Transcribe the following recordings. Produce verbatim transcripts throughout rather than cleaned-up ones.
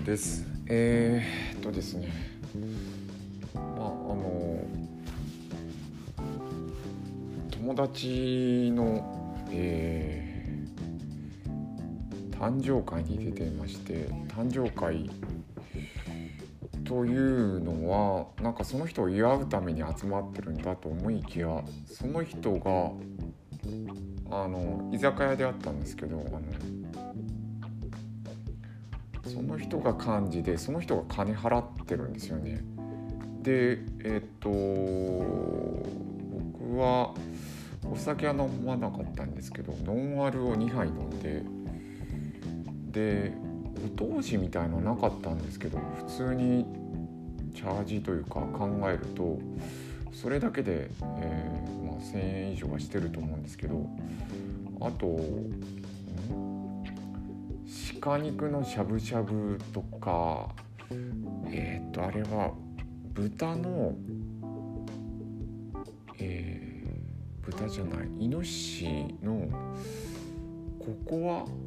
です。えー、っとですね、まああの友達の、えー、誕生会に出ていまして、誕生会というのはなんかその人を祝うために集まってるんだと思いきや、その人があの居酒屋であったんですけど、あのその人が幹事で、その人が金払ってるんですよね。で、えっと僕はお酒は飲まなかったんですけど、ノンアルをにはい飲んで、でお通しみたいのなかったんですけど、普通にチャージというか考えるとそれだけで、えーまあ、せんえん以上はしてると思うんですけど、あと鹿肉のしゃぶしゃぶとか、えー、っとあれは豚の、えー、豚じゃないイノシシのココア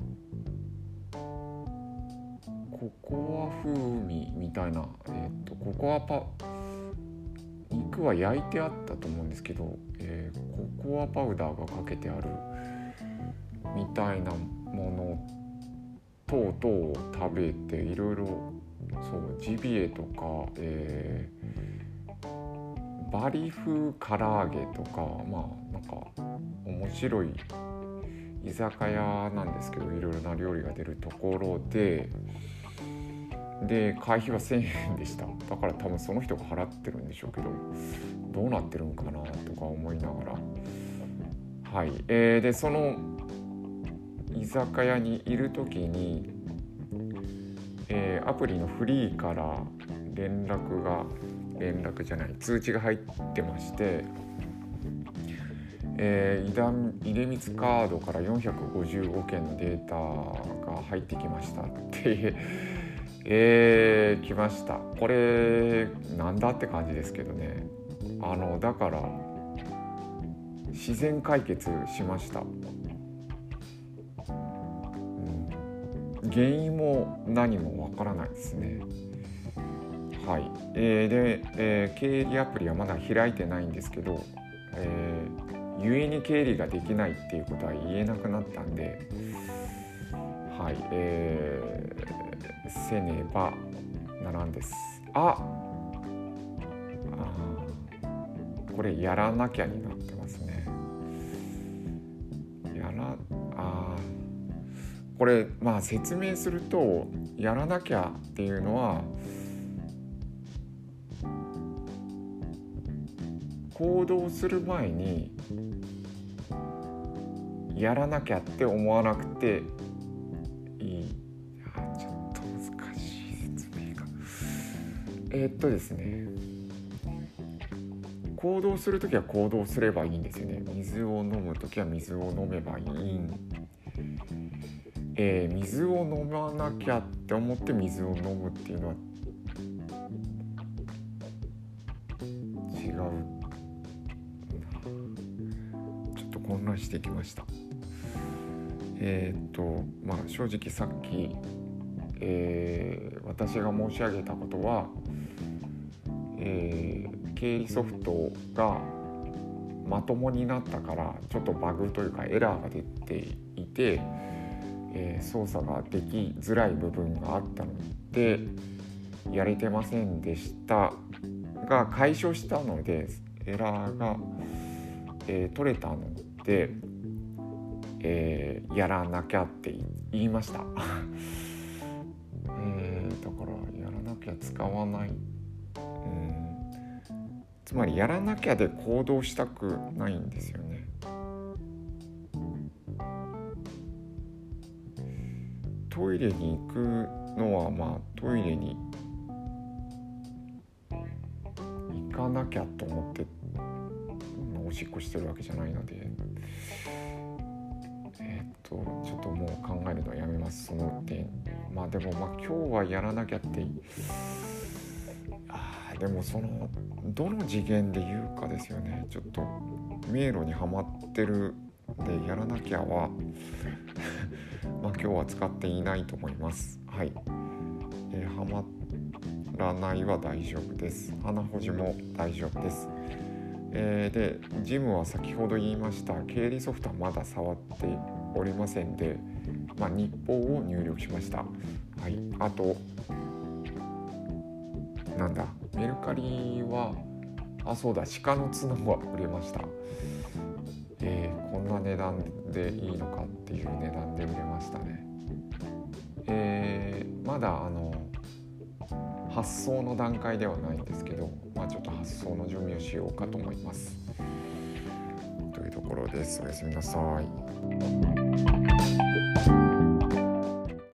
ココア風味みたいな、えー、っとココアパ肉は焼いてあったと思うんですけど、えー、ココアパウダーがかけてあるみたいなもの等々を食べて、いろいろそうジビエとか、えー、バリ風唐揚げとか、まあなんか面白い居酒屋なんですけど、いろいろな料理が出るところでで会費はせんえんでした。だから多分その人が払ってるんでしょうけど、どうなってるんかなとか思いながら、はい、えー、でその居酒屋にいる時に、えー、アプリのフリーから連絡が連絡じゃない通知が入ってまして、えー、出光カードからよんひゃくごじゅうごけんのデータが入ってきましたってえー、来ました。これなんだって感じですけどね。あのだから自然解決しました。原因も何もわからないですね。はい、えー、で、えー、経理アプリはまだ開いてないんですけど、えー、故に経理ができないっていうことは言えなくなったんで、はい、えー、せねばならんです。あ、あこれやらなきゃになってますね。やらあこれまあ説明すると、やらなきゃっていうのは行動する前にやらなきゃって思わなくていい。ちょっと難しい説明が。えー、っとですね行動するときは行動すればいいんですよね。水を飲むときは水を飲めばいいんえー、水を飲まなきゃって思って水を飲むっていうのは違う。ちょっと混乱してきました。えー、っとまあ正直さっき、えー、私が申し上げたことは、えー、経理ソフトがまともになったからちょっとバグというかエラーが出ていて、えー、操作ができづらい部分があったのでやれてませんでしたが、解消したのでエラーが、えー、取れたので、えー、やらなきゃって言いました、えー、だからやらなきゃ使わない、うん、つまりやらなきゃで行動したくないんですよね。トイレに行くのはまあトイレに行かなきゃと思っておしっこしてるわけじゃないので、えー、っとちょっともう考えるのはやめます、その点。まあでもまあ今日はやらなきゃってあでもそのどの次元で言うかですよね。ちょっと迷路にはまってるでやらなきゃはまあ今日は使っていないと思います。はい、ええー、はまらないは大丈夫です。鼻保持も大丈夫です。えー、でジムは先ほど言いました経理ソフトはまだ触っておりませんで、まあ、日報を入力しました。はい、あとなんだメルカリはあそうだ鹿の角は売れました。えー、こんな値段でいいのかっていう値段で売れましたね。えー、まだあの発送の段階ではないんですけど、まあ、ちょっと発送の準備をしようかと思いますというところです。おやすみなさい。